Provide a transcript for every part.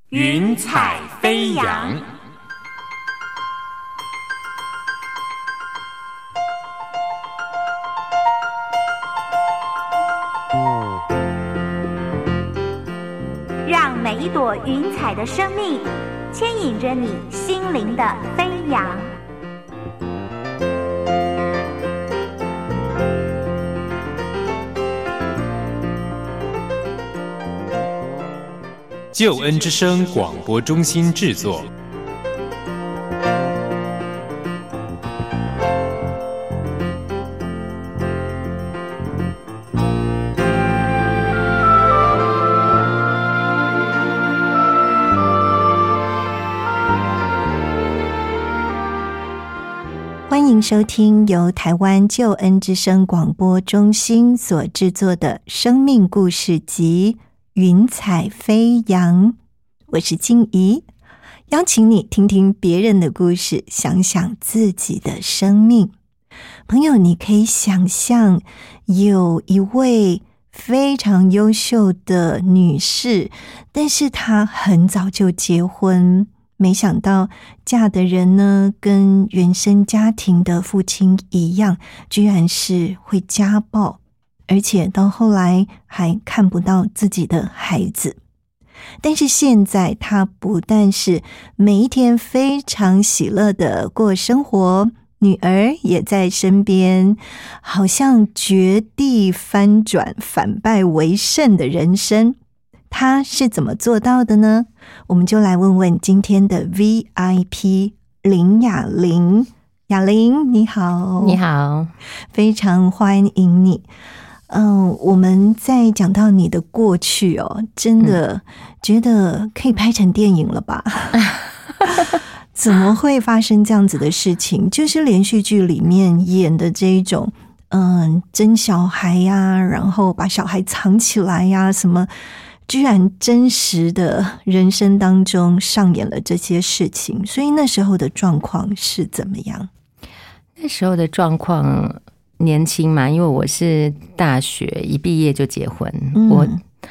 云彩飞扬。 让每一朵云彩的生命牵引着你心灵的飞扬。 救恩之声广播中心制作。 欢迎收听由台湾救恩之声广播中心所制作的生命故事集云彩飞扬，我是静怡，邀请你听听别人的故事，想想自己的生命。朋友，你可以想象有一位非常优秀的女士，但是她很早就结婚，没想到嫁的人呢，跟原生家庭的父亲一样，居然是会家暴，而且到后来还看不到自己的孩子。但是现在她不但是每一天非常喜乐的过生活，女儿也在身边，好像绝地翻转，反败为胜的人生。她是怎么做到的呢？我们就来问问今天的 VIP 林雅玲。雅玲你好。 你好， 非常欢迎你。我们在讲到你的过去哦，真的觉得可以拍成电影了吧？怎么会发生这样子的事情？就是连续剧里面演的这一种，争小孩呀，然后把小孩藏起来呀，什么，居然真实的人生当中上演了这些事情。所以那时候的状况是怎么样？ 那时候的状况年轻嘛，因为我是大学一毕业就结婚，我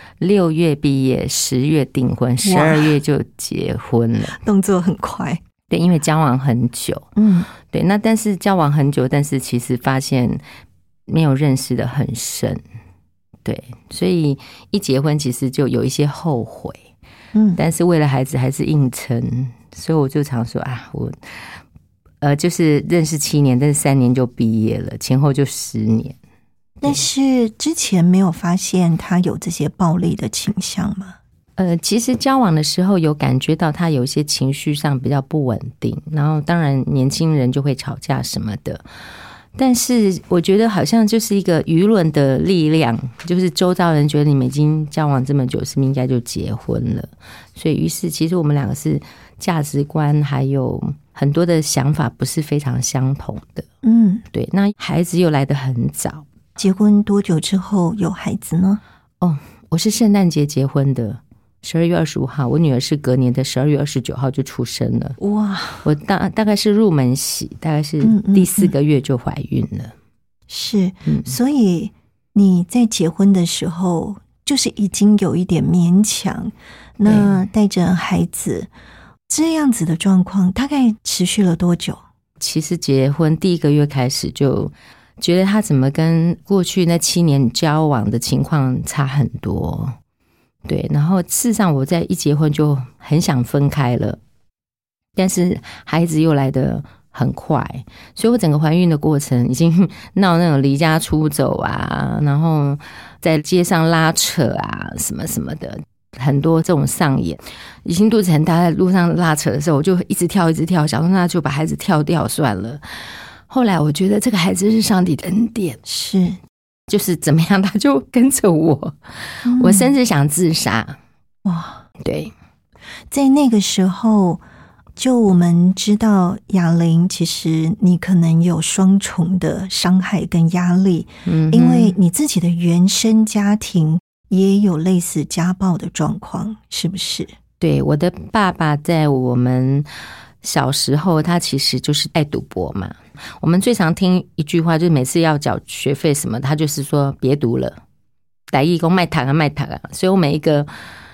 6月毕业，10月订婚，12月就结婚了， 动作很快。 对，因为交往很久，对，那但是交往很久，但是其实发现没有认识的很深，对，所以一结婚其实就有一些后悔，但是为了孩子还是硬撑，所以我就常说啊，我就是认识7年，但是3年就毕业了，前后就10年。 但是之前没有发现他有这些暴力的倾向吗？ 其实交往的时候有感觉到他有一些情绪上比较不稳定，然后当然年轻人就会吵架什么的，但是我觉得好像就是一个舆论的力量，就是周遭人觉得你们已经交往这么久，是不是应该就结婚了？所以于是其实我们两个是价值观还有很多的想法不是非常相同的。对，那孩子又来得很早。 结婚多久之后有孩子呢？ 我是圣诞节结婚的，12月25号，我女儿是隔年的12月29号就出生了。哇！我大概是入门喜，大概是第4个月就怀孕了。 是，所以你在结婚的时候就是已经有一点勉强，那带着孩子这样子的状况大概持续了多久？ 其实结婚第1个月开始就觉得他怎么跟过去那7年交往的情况差很多。对，然后事实上我在一结婚就很想分开了，但是孩子又来得很快，所以我整个怀孕的过程已经闹那种离家出走啊，然后在街上拉扯啊什么什么的，很多这种上演。已经肚子很大，在路上拉扯的时候我就一直跳，想说那就把孩子跳掉算了。后来我觉得这个孩子是上帝的恩典， 是就是怎么样他就跟着我，我甚至想自杀。 哇， 对， 在那个时候就我们知道雅玲其实你可能有双重的伤害跟压力，因为你自己的原生家庭也有类似家暴的状况，是不是？ 对，我的爸爸在我们小时候他其实就是爱赌博嘛，我们最常听一句话，就是每次要缴学费什么，他就是说别读了，台语说卖读啊，所以我每一个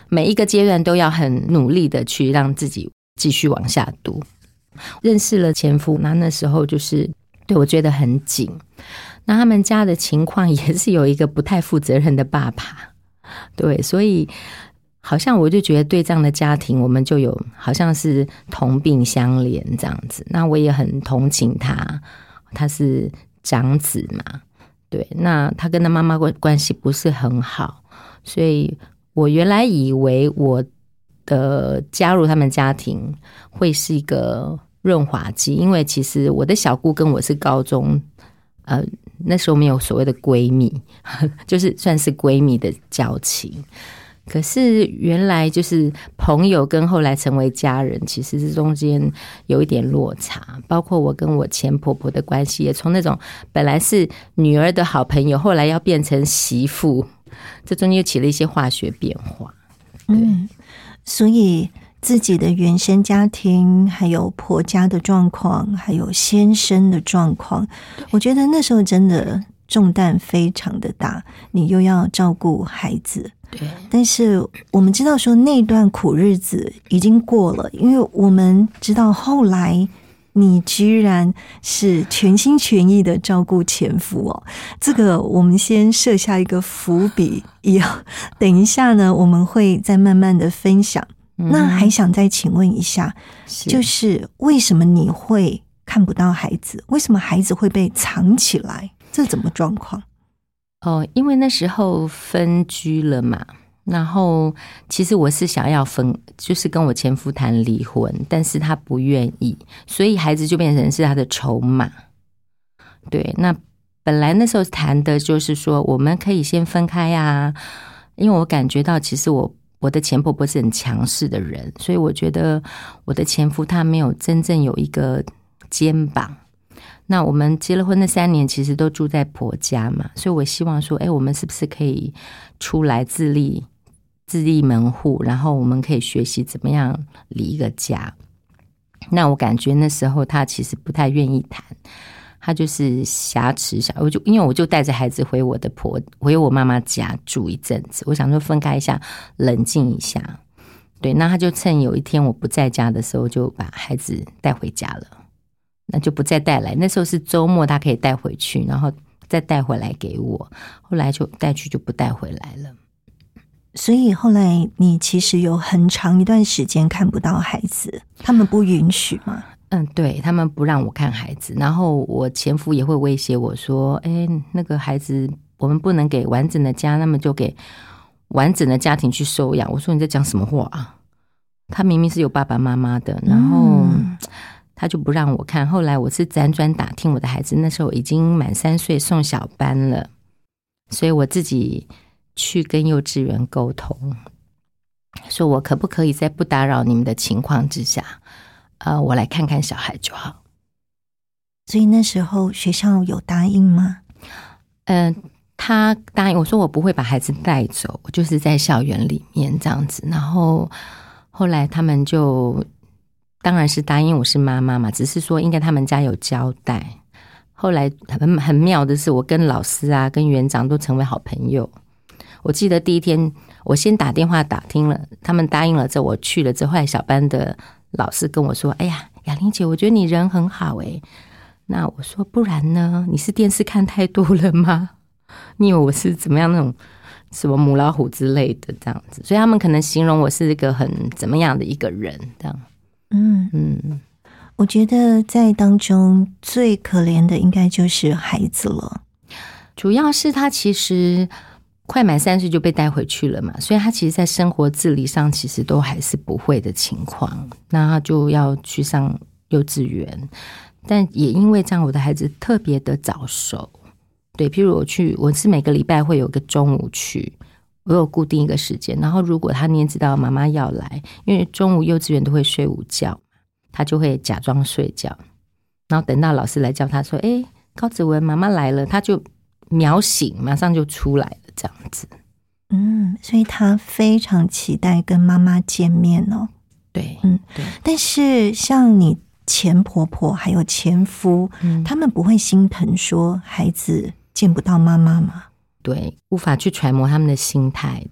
每一个阶段都要很努力的去让自己继续往下读。认识了前夫，那时候就是对我觉得很紧。那他们家的情况也是有一个不太负责任的爸爸，对，所以好像我就觉得对这样的家庭，我们就有好像是同病相怜这样子。那我也很同情他，他是长子嘛，对，那他跟他妈妈关系不是很好，所以我原来以为我的加入他们家庭会是一个润滑剂，因为其实我的小姑跟我是高中那时候没有所谓的闺蜜，就是算是闺蜜的交情。可是原来就是朋友跟后来成为家人，其实是中间有一点落差。包括我跟我前婆婆的关系，也从那种本来是女儿的好朋友，后来要变成媳妇，这中间又起了一些化学变化。 所以自己的原生家庭，还有婆家的状况，还有先生的状况，我觉得那时候真的重担非常的大，你又要照顾孩子。 对， 但是我们知道说那段苦日子已经过了，因为我们知道后来你居然是全心全意的照顾前夫哦，这个我们先设下一个伏笔，等一下呢我们会再慢慢的分享。那还想再请问一下，就是为什么你会看不到孩子？为什么孩子会被藏起来？这怎么状况？ 因为那时候分居了嘛，然后其实我是想要就是跟我前夫谈离婚，但是他不愿意，所以孩子就变成是他的筹码。对，那本来那时候谈的就是说我们可以先分开啊，因为我感觉到其实我的前婆婆是很强势的人，所以我觉得我的前夫他没有真正有一个肩膀。那我们结了婚的3年其实都住在婆家嘛，所以我希望说我们是不是可以出来自立门户，然后我们可以学习怎么样理一个家。那我感觉那时候他其实不太愿意谈，他就是挟持因为我就带着孩子回我妈妈家住一阵子，我想说分开一下冷静一下。对，那他就趁有一天我不在家的时候就把孩子带回家了，那就不再带来，那时候是周末他可以带回去，然后再带回来给我，后来就带去就不带回来了。 所以后来你其实有很长一段时间看不到孩子，他们不允许吗？ 对，他们不让我看孩子，然后我前夫也会威胁我说那个孩子我们不能给完整的家，那么就给完整的家庭去收养。我说你在讲什么话啊？他明明是有爸爸妈妈的，然后他就不让我看。后来我是辗转打听我的孩子，那时候已经满3岁送小班了，所以我自己去跟幼稚园沟通，说我可不可以在不打扰你们的情况之下我来看看小孩就好。 所以那时候学校有答应吗？ 他答应我说我不会把孩子带走，我就是在校园里面这样子。然后后来他们就当然是答应，我是妈妈嘛，只是说应该他们家有交代。后来很妙的是，我跟老师啊跟园长都成为好朋友。我记得第一天我先打电话打听了，他们答应了之后我去了之后，后来小班的老师跟我说，哎呀，雅玲姐，我觉得你人很好那我说不然呢？你是电视看太多了吗？你以为我是怎么样那种什么母老虎之类的这样子？所以他们可能形容我是一个很怎么样的一个人这样。 我觉得在当中最可怜的应该就是孩子了， 主要是他其实快满3岁就被带回去了嘛，所以他其实在生活自理上其实都还是不会的情况，那他就要去上幼稚园。但也因为这样，我的孩子特别的早熟。对，譬如我是每个礼拜会有个中午去，我有固定一个时间，然后如果他念知道妈妈要来，因为中午幼稚园都会睡午觉，他就会假装睡觉，然后等到老师来叫他说高子文妈妈来了，他就秒醒，马上就出来了这样子。 所以他非常期待跟妈妈见面哦。 对，对。 但是像你前婆婆还有前夫，他们不会心疼说孩子见不到妈妈吗？ 对，无法去揣摩他们的心态。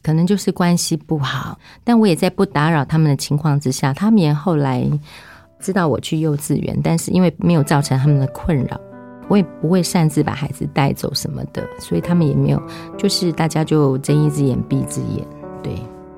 可能就是关系不好，但我也在不打扰他们的情况之下，他们也后来知道我去幼稚园，但是因为没有造成他们的困扰，我也不会擅自把孩子带走什么的，所以他们也没有，就是大家就睁一只眼闭一只眼。对，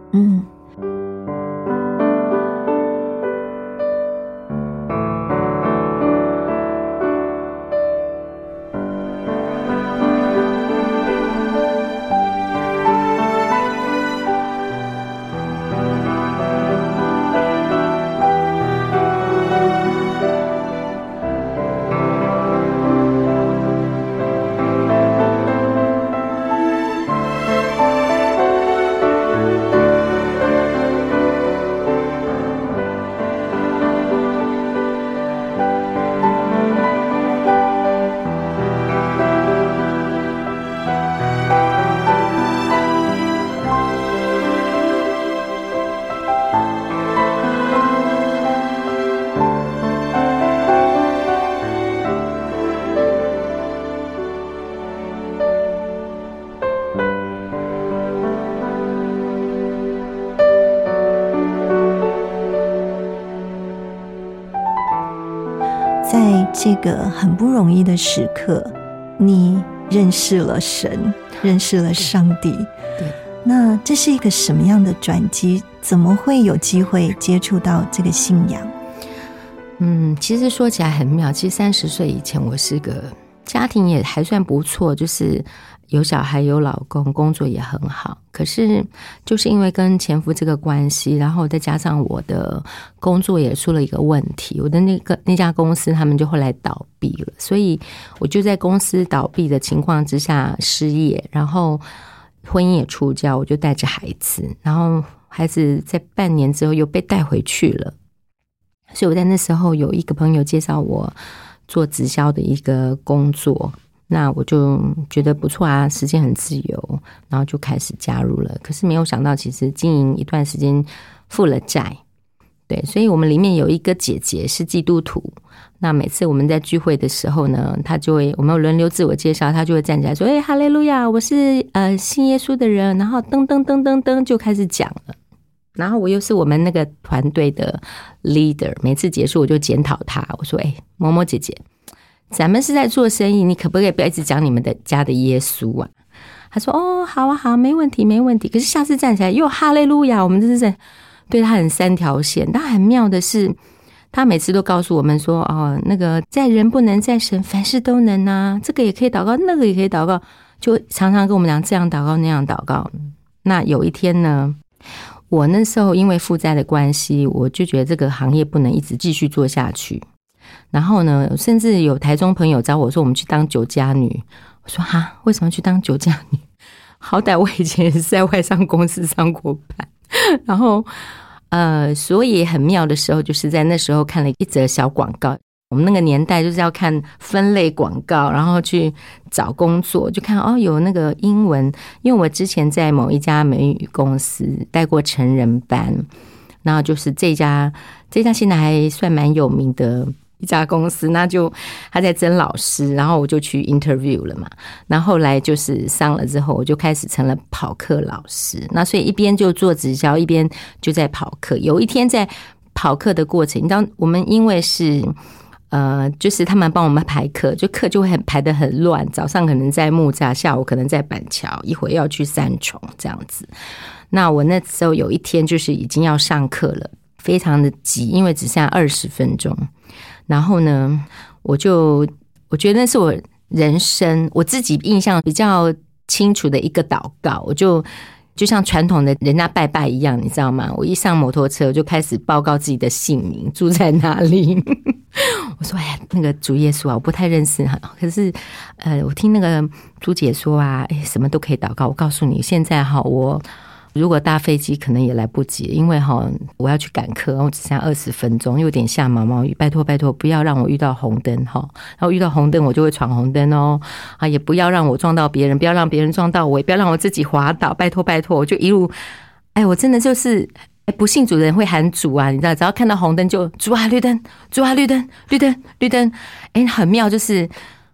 在这个很不容易的时刻，你认识了神，认识了上帝。 对， 那这是一个什么样的转机？怎么会有机会接触到这个信仰？ 其实说起来很妙。其实30岁以前，我是个家庭也还算不错，就是有小孩有老公，工作也很好。可是就是因为跟前夫这个关系，然后再加上我的工作也出了一个问题，我的那家公司他们就后来倒闭了，所以我就在公司倒闭的情况之下失业，然后婚姻也出交，我就带着孩子，然后孩子在半年之后又被带回去了。所以我在那时候有一个朋友介绍我做直销的一个工作，那我就觉得不错啊，时间很自由，然后就开始加入了。可是没有想到其实经营一段时间负了债。对，所以我们里面有一个姐姐是基督徒，那每次我们在聚会的时候呢，她就会，我们轮流自我介绍，她就会站起来说，哈利路亚，我是信耶稣的人，然后噔噔噔噔噔就开始讲了。然后我又是我们那个团队的 leader， 每次结束我就检讨她，我说某某姐姐，咱们是在做生意，你可不可以不要一直讲你们的家的耶稣啊？她说好啊好，没问题没问题。可是下次站起来又哈利路亚，我们真是对她很3条线。但很妙的是，她每次都告诉我们说那个在人不能，在神凡事都能啊，这个也可以祷告，那个也可以祷告，就常常跟我们讲这样祷告那样祷告。那有一天呢，我那时候因为负债的关系，我就觉得这个行业不能一直继续做下去。然后呢，甚至有台中朋友找我说我们去当酒家女。我说为什么去当酒家女？好歹我以前也是在外商公司上过班。然后所以很妙的时候，就是在那时候看了一则小广告。我们那个年代就是要看分类广告，然后去找工作，就看有那个英文，因为我之前在某一家美语公司带过成人班，然后就是这家现在还算蛮有名的一家公司，那就他在征老师，然后我就去 interview 了嘛，然后后来就是上了之后，我就开始成了跑课老师，那所以一边就做直销，一边就在跑课。有一天在跑课的过程，你知道我们因为是就是他们帮我们排课，就课就会排得很乱，早上可能在木栅，下午可能在板桥，一会儿要去三重这样子。那我那时候有一天就是已经要上课了，非常的急，因为只剩下20分钟。然后呢，我觉得那是我人生我自己印象比较清楚的一个祷告，我就像传统的人家拜拜一样，你知道吗？我一上摩托车我就开始报告自己的姓名，住在哪里。我说那个主耶稣啊，我不太认识，可是我听那个朱姐说什么都可以祷告。我告诉你，现在我如果搭飞机可能也来不及，因为我要去赶课，我只剩下20分钟，有点下毛毛雨，拜托不要让我遇到红灯然后遇到红灯我就会闯红灯也不要让我撞到别人，不要让别人撞到我，也不要让我自己滑倒，拜托我就一路我真的就是不信主的人会喊主啊，你知道，只要看到红灯就主啊绿灯，主啊绿灯，绿灯绿灯。很妙，就是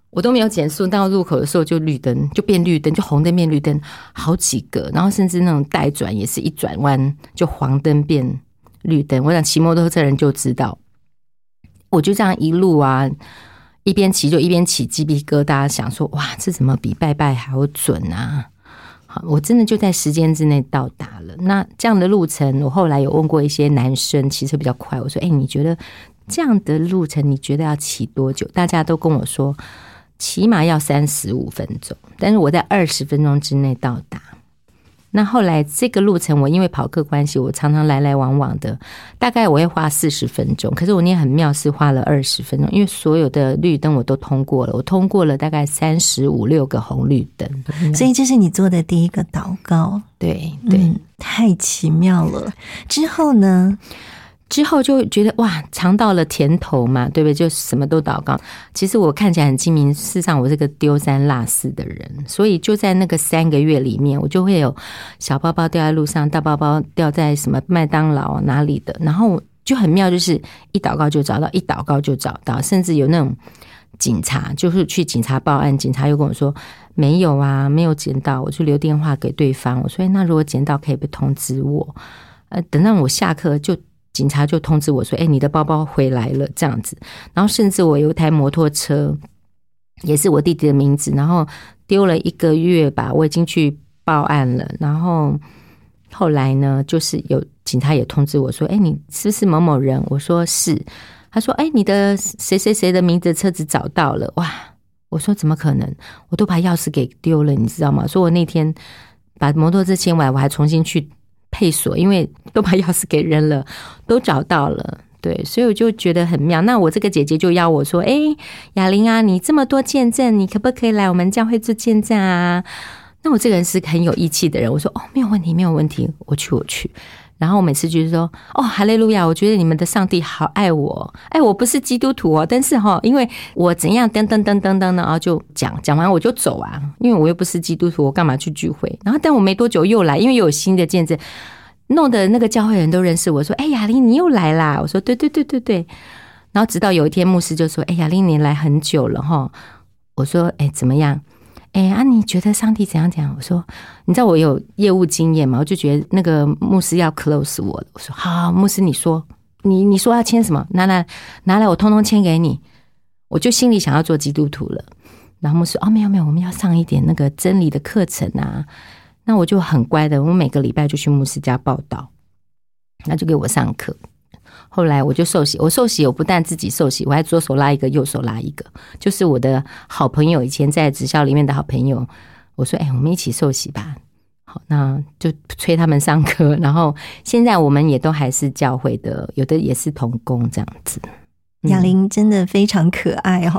我都没有减速，到路口的时候就绿灯，就变绿灯，就红灯变绿灯，好几个，然后甚至那种带转也是一转弯就黄灯变绿灯。我想骑摩托车的人就知道，我就这样一路啊，一边骑就一边起鸡皮疙瘩，想说哇，这怎么比拜拜还要准啊？好，我真的就在时间之内到达了。那这样的路程，我后来有问过一些男生，骑车比较快，我说：“你觉得这样的路程，你觉得要骑多久？”大家都跟我说，起码要35分钟，但是我在20分钟之内到达。那后来这个路程，我因为跑课关系，我常常来来往往的，大概我会花40分钟。可是我那天很妙，是花了20分钟，因为所有的绿灯我都通过了，我通过了大概35、6个红绿灯。 所以这是你做的第一个祷告。 对对， 太奇妙了。之后呢？ 之后就觉得哇，尝到了甜头嘛，对不对？就什么都祷告。其实我看起来很精明，事实上我是个丢三落四的人，所以就在那个3个月里面，我就会有小包包掉在路上，大包包掉在什么麦当劳哪里的，然后就很妙，就是一祷告就找到，一祷告就找到，甚至有那种警察，就是去警察报案，警察又跟我说没有啊，没有捡到，我就留电话给对方，我说那如果捡到可以不通知我？等到我下课就。警察就通知我说你的包包回来了这样子，然后甚至我有一台摩托车也是我弟弟的名字，然后丢了1个月吧，我已经去报案了，然后后来呢就是有警察也通知我说你是不是某某人，我说是，他说你的谁谁谁的名字的车子找到了，哇，我说怎么可能，我都把钥匙给丢了你知道吗，所以我那天把摩托车牵回来，我还重新去配锁，因为都把钥匙给扔了，都找到了。对，所以我就觉得很妙。那我这个姐姐就邀我说雅玲啊，你这么多见证，你可不可以来我们教会做见证啊？那我这个人是很有义气的人，我说没有问题没有问题，我去。然后我每次就是说哈利路亚，我觉得你们的上帝好爱我，我不是基督徒但是因为我怎样噔噔噔噔噔，然后就讲完我就走啊，因为我又不是基督徒，我干嘛去聚会？然后但我没多久又来，因为又有新的见证，弄得那个教会人都认识我，说雅玲你又来啦，我说对，然后直到有一天牧师就说雅玲你来很久了齁，我说怎么样？你觉得上帝怎样讲？我说你知道我有业务经验嘛，我就觉得那个牧师要 close 我了，我说好，牧师你说你说要签什么，拿来我通通签给你。我就心里想要做基督徒了，然后牧师没有我们要上一点那个真理的课程啊，那我就很乖的，我每个礼拜就去牧师家报道，他就给我上课。后来我就受洗，我不但自己受洗，我还左手拉一个右手拉一个，就是我的好朋友，以前在职校里面的好朋友，我说我们一起受洗吧，好，那就催他们上课，然后现在我们也都还是教会的，有的也是同工这样子。 雅玲真的非常可爱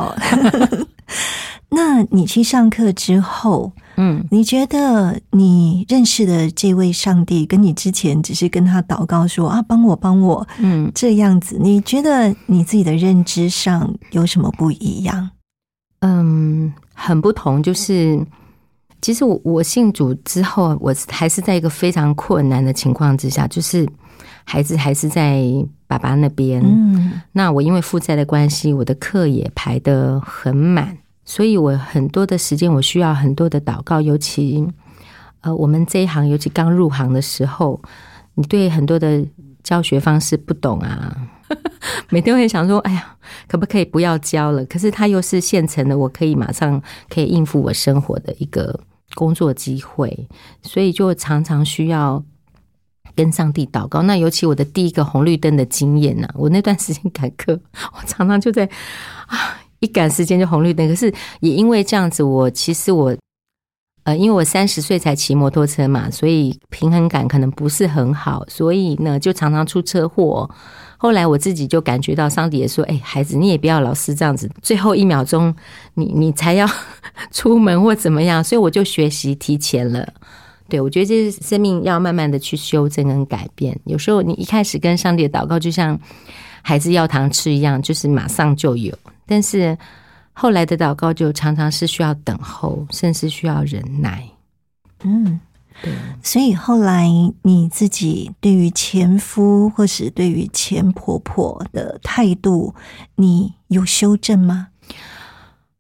那你去上课之后你觉得你认识的这位上帝跟你之前只是跟他祷告说帮我这样子，你觉得你自己的认知上有什么不一样？ 很不同，就是其实我信主之后，我还是在一个非常困难的情况之下，就是孩子还是在爸爸那边那我因为负债的关系，我的课也排得很满，所以我很多的时间我需要很多的祷告，尤其我们这一行，尤其刚入行的时候，你对很多的教学方式不懂啊每天会想说可不可以不要教了，可是它又是现成的，我可以马上可以应付我生活的一个工作机会，所以就常常需要跟上帝祷告。那尤其我的第一个红绿灯的经验我那段时间赶课，我常常就在一赶时间就红绿灯。可是也因为这样子，其实因为我30岁才骑摩托车嘛，所以平衡感可能不是很好，所以呢就常常出车祸。后来我自己就感觉到上帝也说孩子你也不要老是这样子，最后1秒钟你才要出门或怎么样，所以我就学习提前了。对，我觉得这是生命要慢慢的去修正跟改变，有时候你一开始跟上帝的祷告就像孩子要糖吃一样，就是马上就有，但是后来的祷告就常常是需要等候，甚至需要忍耐。对。 所以后来你自己对于前夫或是对于前婆婆的态度，你有修正吗？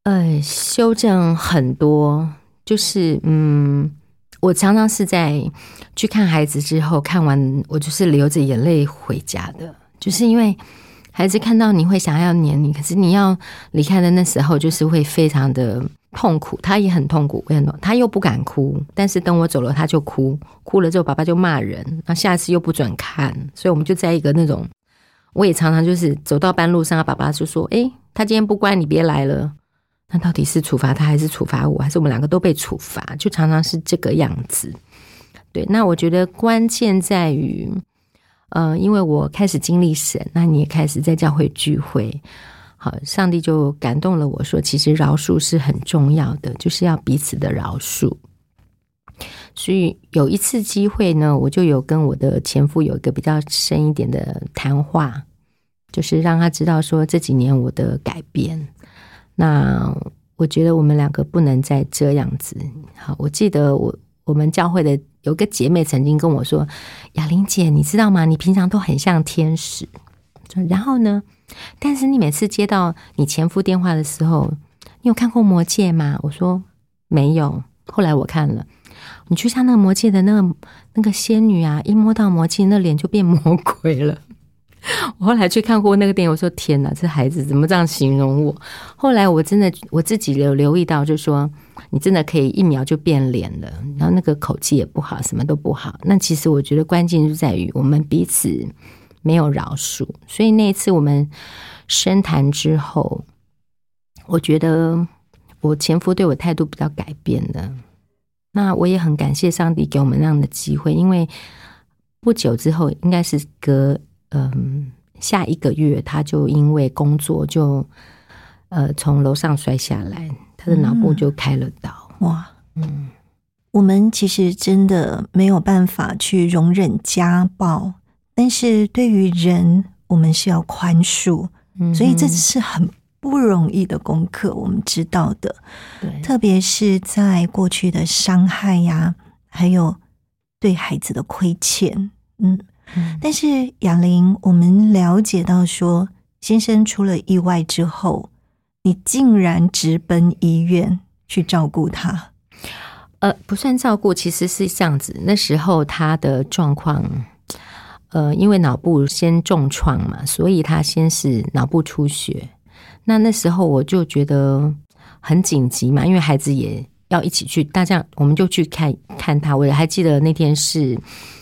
修正很多，就是我常常是在去看孩子之后，看完我就是流着眼泪回家的，就是因为孩子看到你会想要黏你，可是你要离开的那时候就是会非常的痛苦，他也很痛苦，我也很痛苦，他又不敢哭，但是等我走了他就哭，哭了之后爸爸就骂人，然后下次又不准看，所以我们就在一个那种，我也常常就是走到半路上，爸爸就说他今天不乖你别来了，那到底是处罚他还是处罚我，还是我们两个都被处罚，就常常是这个样子。对，那我觉得关键在于因为我开始经历神，那你也开始在教会聚会，好，上帝就感动了我说其实饶恕是很重要的，就是要彼此的饶恕。所以有一次机会呢，我就有跟我的前夫有一个比较深一点的谈话，就是让他知道说这几年我的改变，那我觉得我们两个不能再这样子。好，我记得我们教会的有个姐妹曾经跟我说，雅玲姐你知道吗，你平常都很像天使，然后呢但是你每次接到你前夫电话的时候，你有看过魔戒吗？我说没有，后来我看了，你就像那个魔戒的那个仙女啊，一摸到魔戒那脸就变魔鬼了。我后来去看过那个电影，我说天哪，这孩子怎么这样形容我。后来我真的我自己有留意到，就是说你真的可以一秒就变脸了，然后那个口气也不好，什么都不好。那其实我觉得关键就在于我们彼此没有饶恕。所以那一次我们深谈之后，我觉得我前夫对我态度比较改变了。那我也很感谢上帝给我们那样的机会，因为不久之后应该是下一个月他就因为工作就从楼上摔下来，他的脑部就开了刀。 哇，我们其实真的没有办法去容忍家暴，但是对于人我们是要宽恕，所以这是很不容易的功课，我们知道的。对，特别是在过去的伤害呀，还有对孩子的亏欠。但是雅玲，我们了解到说先生出了意外之后，你竟然直奔医院去照顾他。 不算照顾，其实是这样子，那时候他的状况因为脑部先重创嘛，所以他先是脑部出血。那时候我就觉得很紧急嘛，因为孩子也要一起去，大家我们就去看他。我还记得那天是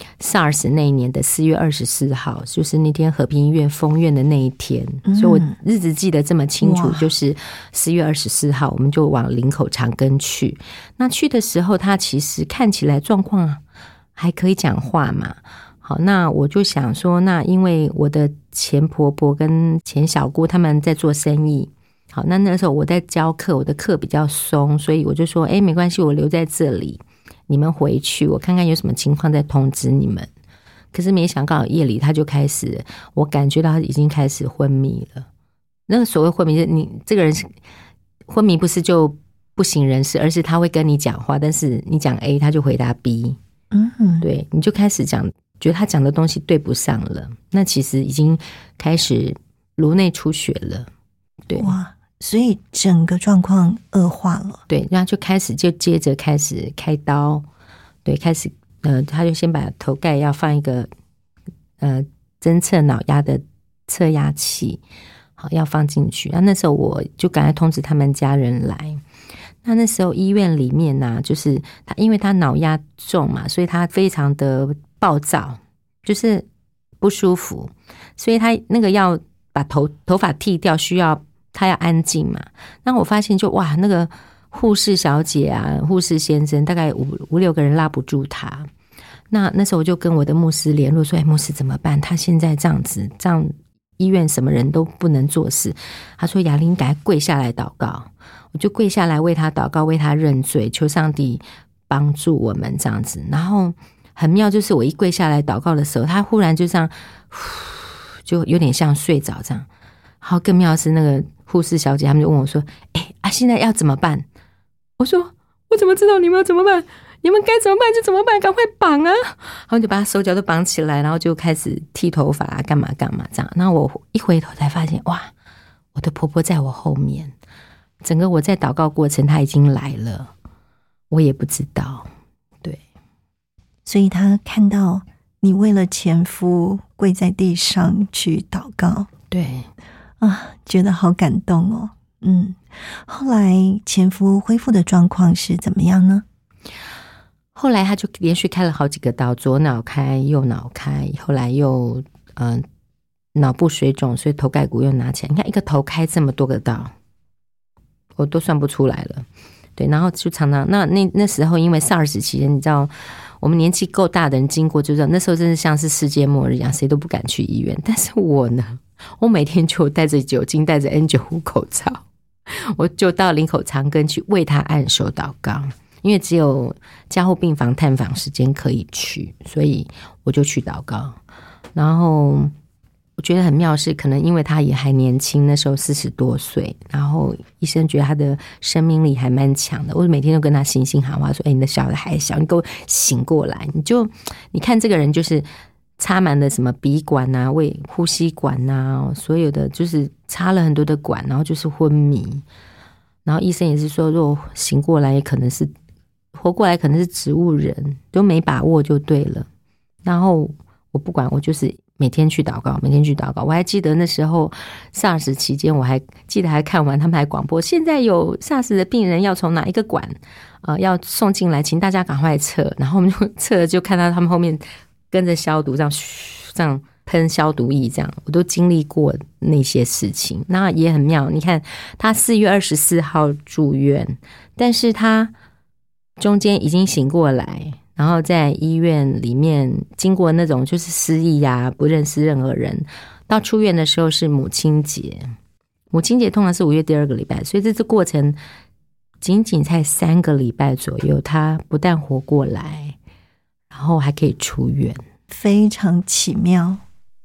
SARS 那一年的4月24号，就是那天和平医院封院的那一天，所以我日子记得这么清楚，就是4月24号我们就往林口长庚去。那去的时候他其实看起来状况还可以讲话嘛。好，那我就想说，那因为我的前婆婆跟前小姑他们在做生意，好，那时候我在教课，我的课比较松，所以我就说没关系，我留在这里，你们回去，我看看有什么情况再通知你们。可是没想到夜里他就开始，我感觉到他已经开始昏迷了。那个所谓昏迷，你这个人昏迷不是就不省人事，而是他会跟你讲话，但是你讲 A 他就回答 B。对，你就开始讲，觉得他讲的东西对不上了，那其实已经开始颅内出血了。对， 哇，所以整个状况恶化了。 对，然后就接着开始开刀。对，开始他就先把头盖要放一个侦测脑压的测压器，好，要放进去。那时候我就赶快通知他们家人来。那时候医院里面呢，就是他因为他脑压重嘛，所以他非常的暴躁，就是不舒服，所以他那个要把头发剃掉，需要他要安静嘛。那我发现就哇，那个护士小姐啊，护士先生大概5-6个人拉不住他。那时候我就跟我的牧师联络说，牧师怎么办？他现在这样子，这样医院什么人都不能做事。他说雅玲赶快跪下来祷告。我就跪下来为他祷告，为他认罪，求上帝帮助我们这样子。然后很妙，就是我一跪下来祷告的时候，他忽然就这样就有点像睡着这样。好，更妙的是那个护士小姐他们就问我说现在要怎么办？我说我怎么知道你们要怎么办？你们该怎么办就怎么办，赶快绑啊！然后就把他手脚都绑起来，然后就开始剃头发干嘛干嘛这样。然后我一回头才发现，哇，我的婆婆在我后面， 整个我在祷告过程他已经来了，我也不知道。对， 所以他看到你为了前夫跪在地上去祷告， 对啊，觉得好感动哦。后来前夫恢复的状况是怎么样呢？ 后来他就连续开了好几个刀，左脑开右脑开，后来又脑部水肿，所以头盖骨又拿起来。你看一个头开这么多个刀，我都算不出来了。对，然后就常常那时候因为 SARS 期间，你知道我们年纪够大的人经过就知道，那时候真的像是世界末日一样，谁都不敢去医院。但是我呢，我每天就带着酒精，带着 N95 口罩，我就到林口长庚去为他按手祷告，因为只有加护病房探访时间可以去，所以我就去祷告。然后我觉得很妙是，可能因为他也还年轻，那时候40多岁，然后医生觉得他的生命力还蛮强的，我每天都跟他信心喊话说，你的小孩还小，你给我醒过来。你看这个人就是插满了什么鼻管啊、呼吸管啊，所有的就是插了很多的管，然后就是昏迷。然后医生也是说，如果醒过来也可能是活过来，可能是植物人，都没把握就对了。然后我不管，我就是每天去祷告，每天去祷告。我还记得那时候 SARS 期间，我还记得还看完他们还广播，现在有 SARS 的病人要从哪一个管要送进来，请大家赶快测。然后我们就测了，就看到他们后面跟着消毒，这样喷消毒液，这样我都经历过那些事情。那也很妙，你看他4月24号住院，但是他中间已经醒过来，然后在医院里面经过那种就是失忆啊，不认识任何人，到出院的时候是母亲节。母亲节通常是5月第2个礼拜，所以这次过程仅仅才3个礼拜左右，他不但活过来，然后还可以出院， 非常奇妙。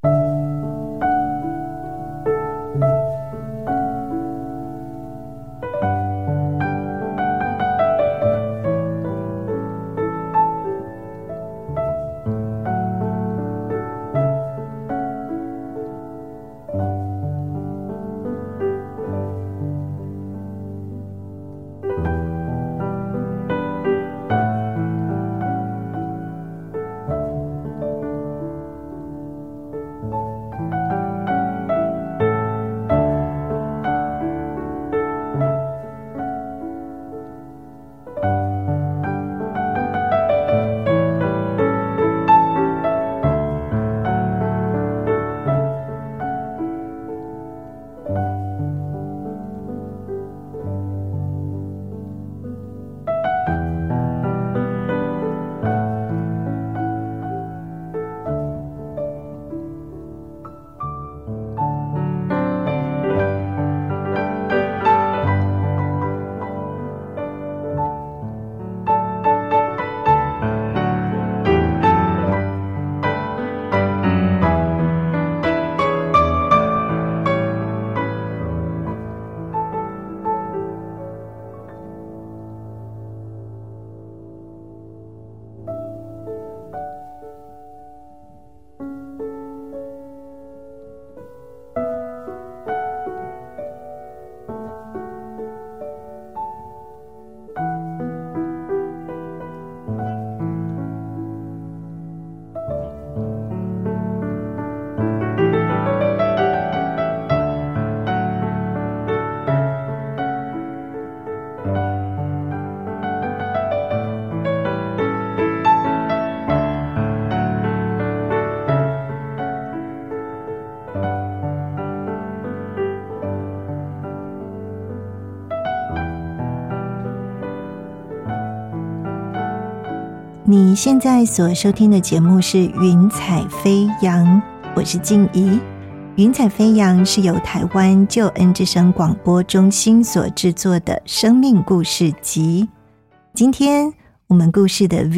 你现在所收听的节目是云彩飞扬，我是静怡。云彩飞扬是由台湾救恩之声广播中心所制作的生命故事集。今天我们故事的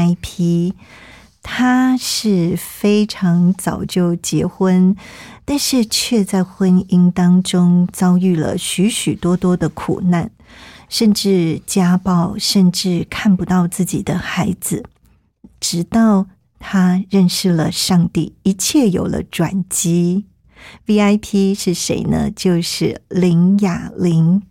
VIP， 他是非常早就结婚，但是却在婚姻当中遭遇了许许多多的苦难，甚至家暴，甚至看不到自己的孩子，直到他认识了上帝，一切有了转机。VIP 是谁呢？就是林雅玲。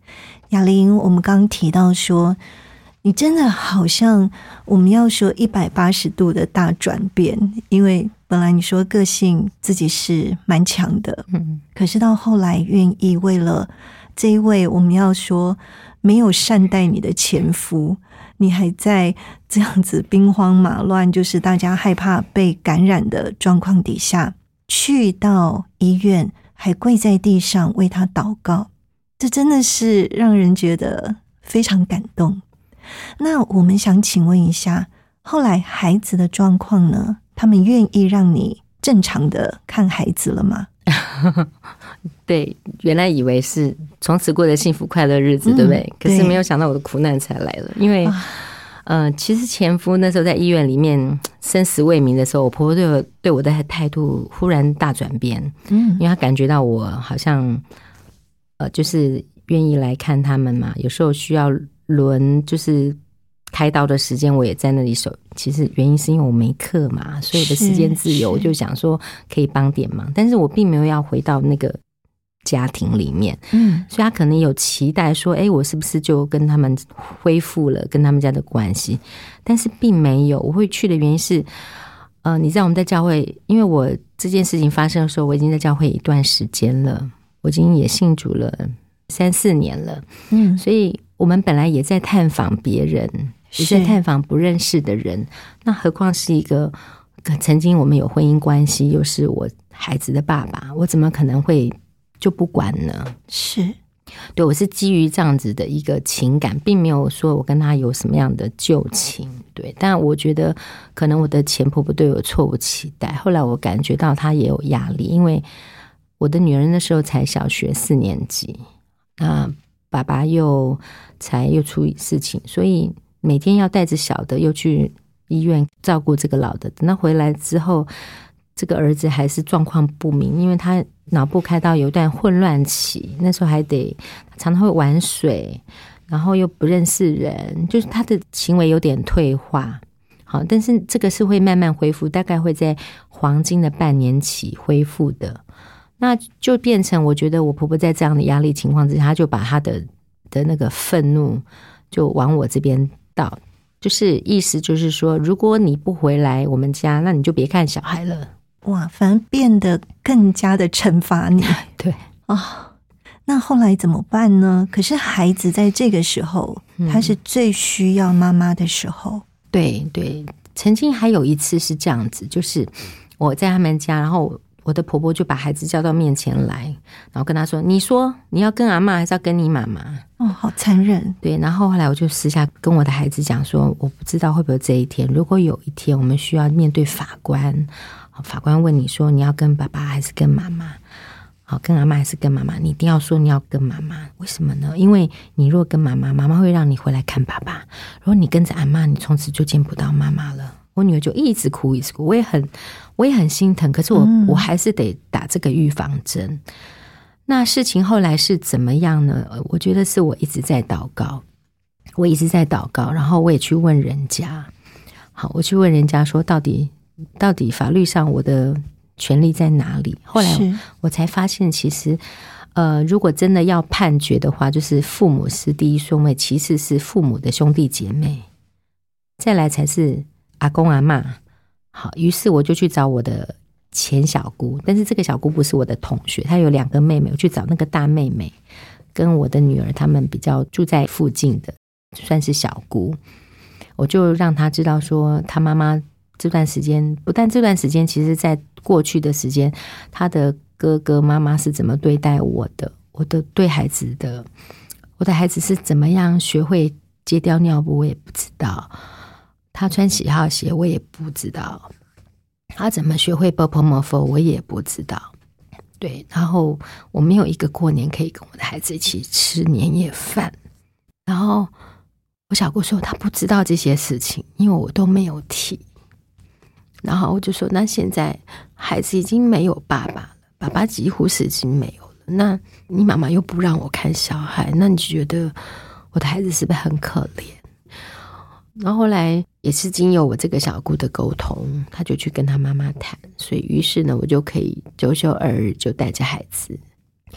雅玲，我们刚刚提到说，你真的好像我们要说180度的大转变，因为本来你说个性自己是蛮强的，可是到后来愿意为了这一位我们要说没有善待你的前夫，你还在这样子兵荒马乱，就是大家害怕被感染的状况底下，去到医院还跪在地上为他祷告，这真的是让人觉得非常感动。那我们想请问一下，后来孩子的状况呢？他们愿意让你正常的看孩子了吗？ 对，原来以为是从此过着幸福快乐日子，对不对？可是没有想到我的苦难才来了。因为其实前夫那时候在医院里面生死未明的时候，我婆婆对我的态度忽然大转变，因为她感觉到我好像就是愿意来看他们嘛，有时候需要轮就是开刀的时间我也在那里守，其实原因是因为我没课嘛，所以我的时间自由，我就想说可以帮点忙，但是我并没有要回到那个家庭里面，所以他可能有期待说我是不是就跟他们恢复了跟他们家的关系，但是并没有。我会去的原因是你知道我们在教会，因为我这件事情发生的时候我已经在教会一段时间了，我已经也信主了3-4年了，所以我们本来也在探访别人，也在探访不认识的人，那何况是一个曾经我们有婚姻关系又是我孩子的爸爸，我怎么可能会就不管呢？是对，我是基于这样子的一个情感，并没有说我跟他有什么样的旧情，对。但我觉得可能我的前婆婆对我有错误期待，后来我感觉到她也有压力，因为我的女儿那时候才小学4年级，那爸爸又处理事情，所以每天要带着小的又去医院照顾这个老的，等到回来之后，这个儿子还是状况不明，因为他脑部开刀有一段混乱期，那时候还得常常会玩水，然后又不认识人，就是他的行为有点退化。好，但是这个是会慢慢恢复，大概会在黄金的半年期恢复的。那就变成我觉得我婆婆在这样的压力情况之下，她就把她的那个愤怒就往我这边倒，就是意思就是说，如果你不回来我们家，那你就别看小孩了。 哇，反而变得更加的惩罚你。 对那后来怎么办呢？可是孩子在这个时候，他是最需要妈妈的时候。 对，曾经还有一次是这样子，就是我在他们家，然后我的婆婆就把孩子叫到面前来，然后跟他说，你说你要跟阿嬷还是要跟你妈妈？ 好残忍。 对，然后后来我就私下跟我的孩子讲说，我不知道会不会有这一天，如果有一天我们需要面对法官，法官问你说你要跟爸爸还是跟妈妈，好，跟阿嬷还是跟妈妈，你一定要说你要跟妈妈。为什么呢？因为你如果跟妈妈，妈妈会让你回来看爸爸，如果你跟着阿嬷，你从此就见不到妈妈了。我女儿就一直哭，我也很心疼，可是我还是得打这个预防针。那事情后来是怎么样呢？我觉得是我一直在祷告，然后我也去问人家，好，我去问人家说到底法律上我的权利在哪里？后来我才发现，其实如果真的要判决的话，就是父母是第一顺位，其次是父母的兄弟姐妹，再来才是阿公阿嬷。好，于是我就去找我的前小姑，但是这个小姑不是我的同学，她有2个妹妹，我去找那个大妹妹跟我的女儿，她们比较住在附近的，算是小姑。我就让她知道说，她妈妈这段时间，不但这段时间，其实在过去的时间，她的哥哥妈妈是怎么对待我的，我的孩子是怎么样学会戒掉尿布，我也不知道。他穿喜好鞋我也不知道，他怎么学会 bopomofo 我也不知道。对，然后我没有一个过年可以跟我的孩子一起吃年夜饭，然后我小姑说她不知道这些事情，因为我都没有提。然后我就说，那现在孩子已经没有爸爸了，爸爸几乎是已经没有了，那你妈妈又不让我看小孩，那你觉得我的孩子是不是很可怜？然后后来也是经由我这个小姑的沟通，他就去跟他妈妈谈，所以于是呢，我就可以9休2日就带着孩子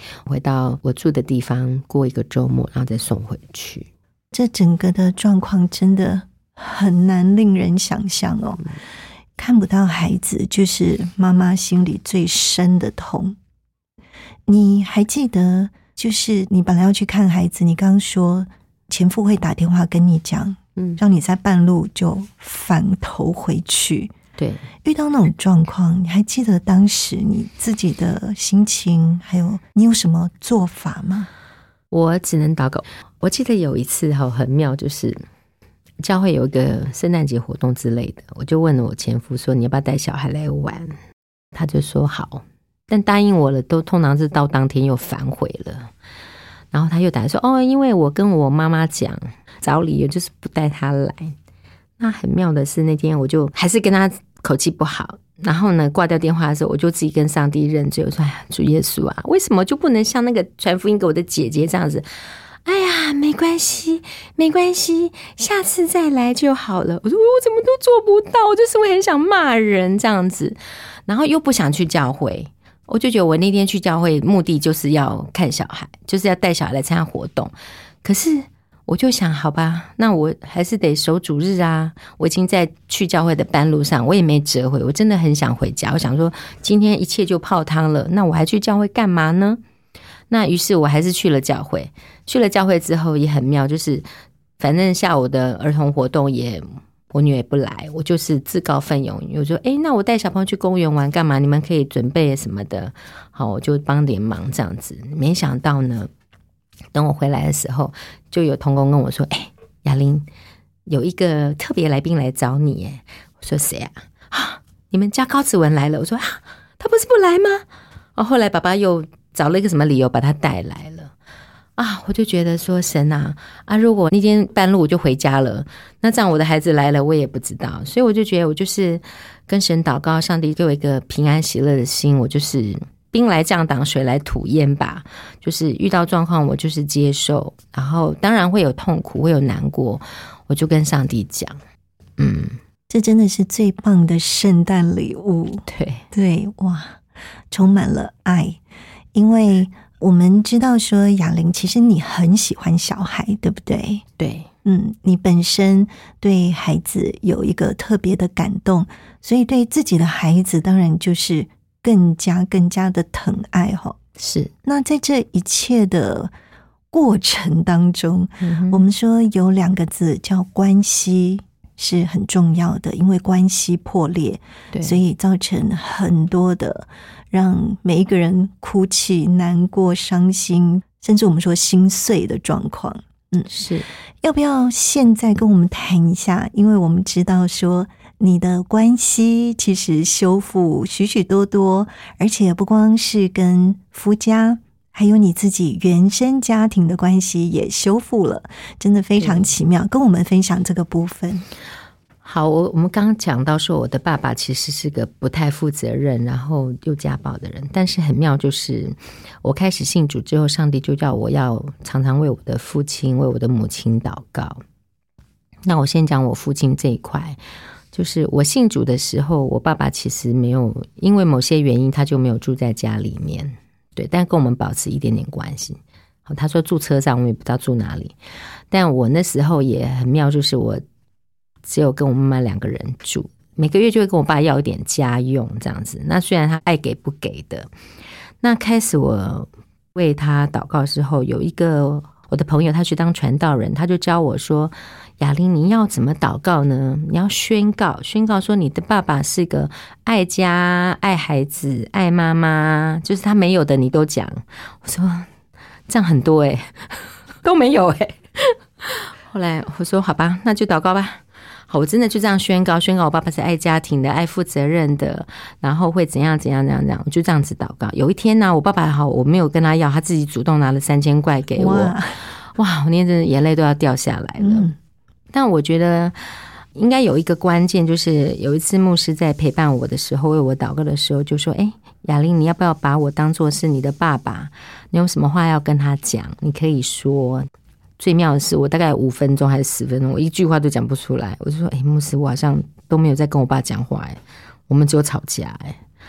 回到我住的地方过一个周末，然后再送回去。 这整个的状况真的很难令人想象哦。看不到孩子，就是妈妈心里最深的痛。你还记得，就是你本来要去看孩子，你刚刚说前夫会打电话跟你讲，让你在半路就返头回去。 对， 遇到那种状况，你还记得当时你自己的心情，还有你有什么做法吗？ 我只能祷告。我记得有一次很妙，就是教会有一个圣诞节活动之类的，我就问了我前夫说你要不要带小孩来玩，他就说好，但答应我了，都通常是到当天又反悔了。然后他又打来说因为我跟我妈妈讲，找理由就是不带他来。那很妙的是，那天我就还是跟他口气不好，然后呢挂掉电话的时候，我就自己跟上帝认罪，我说主耶稣啊，为什么就不能像那个传福音给我的姐姐这样子，哎呀没关系没关系，下次再来就好了。我说我怎么都做不到，我就是会很想骂人这样子，然后又不想去教会。我就觉得我那天去教会目的就是要看小孩，就是要带小孩来参加活动，可是我就想好吧，那我还是得守主日啊。我已经在去教会的半路上，我也没折回，我真的很想回家。我想说今天一切就泡汤了，那我还去教会干嘛呢？那于是我还是去了教会。去了教会之后也很妙，就是反正下午的儿童活动我女儿也不来，我就是自告奋勇，我说那我带小朋友去公园玩干嘛，你们可以准备什么的，好，我就帮点忙这样子。没想到呢，等我回来的时候，就有同工跟我说雅玲，有一个特别来宾来找你耶。我说谁啊？你们家高子文来了。我说他不是不来吗？后来爸爸又找了一个什么理由把他带来了。我就觉得说神啊，如果那天半路我就回家了，那这样我的孩子来了我也不知道。所以我就觉得我就是跟神祷告，上帝给我一个平安喜乐的心，我就是兵来将挡，水来土掩吧，就是遇到状况我就是接受，然后当然会有痛苦会有难过，我就跟上帝讲。 这真的是最棒的圣诞礼物。对，哇，充满了爱。因为我们知道说雅玲其实你很喜欢小孩，对不对？ 对， 你本身对孩子有一个特别的感动，所以对自己的孩子当然就是更加的疼爱。 是。 那在这一切的过程当中，我们说有2个字叫关系是很重要的，因为关系破裂，所以造成很多的让每一个人哭泣、难过、伤心，甚至我们说心碎的状况。 是。 要不要现在跟我们谈一下？因为我们知道说你的关系其实修复许许多多，而且不光是跟夫家，还有你自己原生家庭的关系也修复了，真的非常奇妙。跟我们分享这个部分。 好，我们刚刚讲到说我的爸爸其实是个不太负责任然后又家暴的人，但是很妙，就是我开始信主之后，上帝就叫我要常常为我的父亲为我的母亲祷告。那我先讲我父亲这一块，就是我信主的时候，我爸爸其实没有因为某些原因他就没有住在家里面，对，但跟我们保持一点点关系。好，他说住车上，我也不知道住哪里，但我那时候也很妙，就是我只有跟我妈妈2个人住，每个月就会跟我爸要一点家用这样子。那虽然他爱给不给的，那开始我为他祷告的时候，有一个我的朋友他去当传道人，他就教我说，雅玲你要怎么祷告呢？你要宣告说你的爸爸是个爱家爱孩子爱妈妈，就是他没有的你都讲。我说这样很多都没有后来我说好吧，那就祷告吧。好，我真的就这样宣告我爸爸是爱家庭的爱负责任的，然后会怎样，我就这样子祷告。有一天呢，我爸爸好，我没有跟他要，他自己主动拿了3000块给我。哇，我那阵眼泪都要掉下来了。但我觉得应该有一个关键，就是有一次牧师在陪伴我的时候为我祷告的时候就说，雅玲你要不要把我当作是你的爸爸，你有什么话要跟他讲你可以说。最妙的是我大概5分钟还是10分钟我一句话都讲不出来，我就说牧师我好像都没有在跟我爸讲话我们只有吵架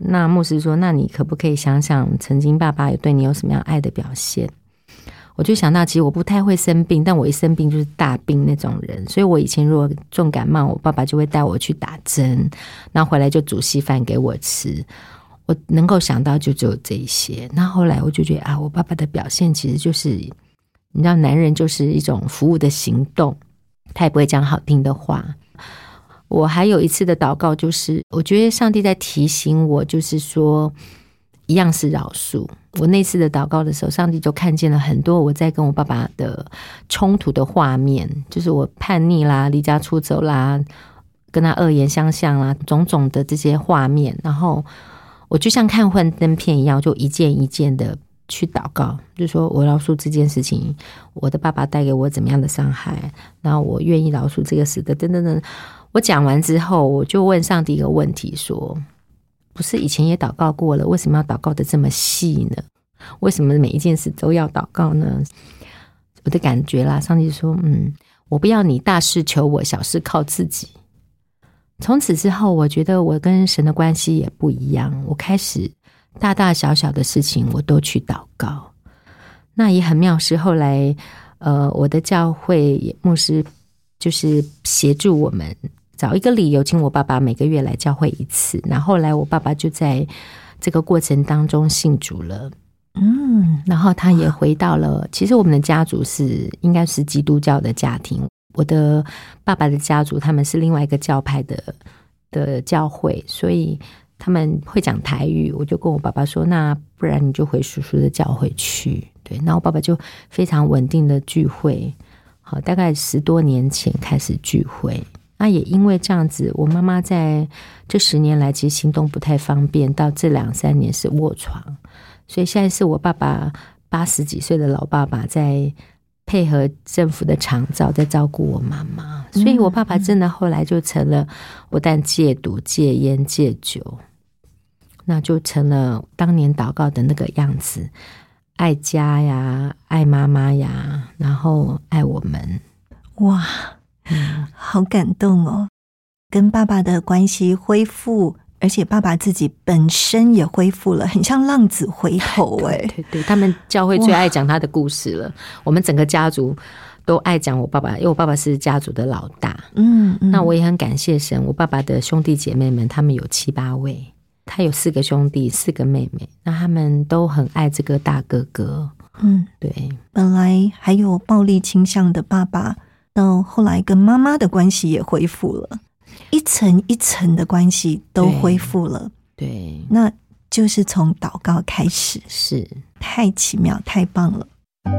那牧师说，那你可不可以想想曾经爸爸有对你有什么样爱的表现？我就想到其实我不太会生病，但我一生病就是大病那种人，所以我以前如果重感冒，我爸爸就会带我去打针，然后回来就煮稀饭给我吃。我能够想到就只有这一些。那后来我就觉得我爸爸的表现其实就是你知道男人就是一种服务的行动，他也不会讲好听的话。我还有一次的祷告就是我觉得上帝在提醒我，就是说一样是饶恕。我那次的祷告的时候，上帝就看见了很多我在跟我爸爸的冲突的画面，就是我叛逆啦，离家出走啦，跟他恶言相向啦，种种的这些画面。然后我就像看幻灯片一样，就一件一件的去祷告，就说我饶恕这件事情，我的爸爸带给我怎么样的伤害，然后我愿意饶恕这个死的等等等。我讲完之后，我就问上帝一个问题说，不是以前也祷告过了，为什么要祷告的这么细呢？为什么每一件事都要祷告呢？我的感觉啦，上帝说我不要你大事求我，小事靠自己。从此之后，我觉得我跟神的关系也不一样，我开始大大小小的事情我都去祷告。那也很妙是后来我的教会牧师就是协助我们找一个理由请我爸爸每个月来教会一次，然后后来我爸爸就在这个过程当中信主了。然后他也回到了，其实我们的家族应该是基督教的家庭，我的爸爸的家族他们是另外一个教派的教会，所以他们会讲台语。我就跟我爸爸说，那不然你就回叔叔的教会去。对，那我爸爸就非常稳定的聚会，好，大概10多年前开始聚会。那也因为这样子，我妈妈在这10年来其实行动不太方便，到这2-3年是卧床，所以现在是我爸爸80几岁的老爸爸在配合政府的长照在照顾我妈妈。所以我爸爸真的后来就成了不但戒毒戒烟戒酒，那就成了当年祷告的那个样子，爱家呀，爱妈妈呀，然后爱我们。 哇，好感动哦，跟爸爸的关系恢复，而且爸爸自己本身也恢复了，很像浪子回头。 对，他们教会最爱讲他的故事了，我们整个家族都爱讲我爸爸，因为我爸爸是家族的老大。那我也很感谢神，我爸爸的兄弟姐妹们他们有7、8位，他有4个兄弟4个妹妹，那他们都很爱这个大哥哥。对， 本来还有暴力倾向的爸爸，到后来跟妈妈的关系也恢复了，一层一层的关系都恢复了。 对， 那就是从祷告开始， 是太奇妙太棒了。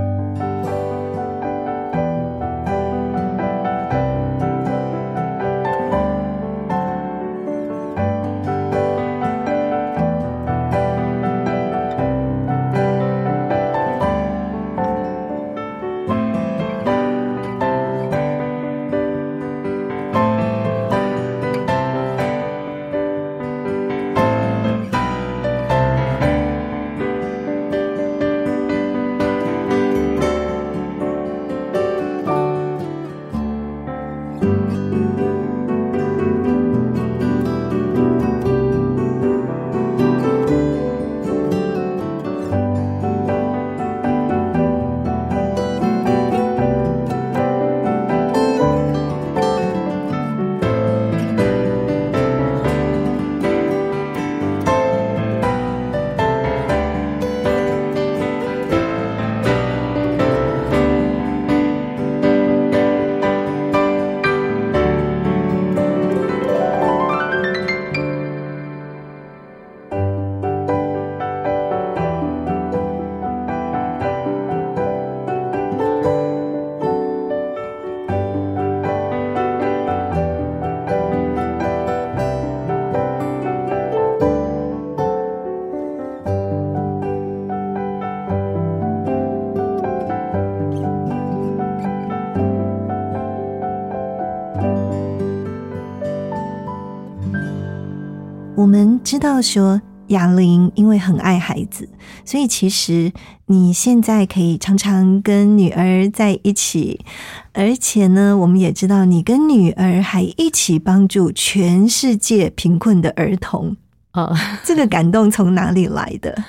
我们知道说雅玲因为很爱孩子，所以其实你现在可以常常跟女儿在一起，而且呢我们也知道你跟女儿还一起帮助全世界贫困的儿童。 这个感动从哪里来的？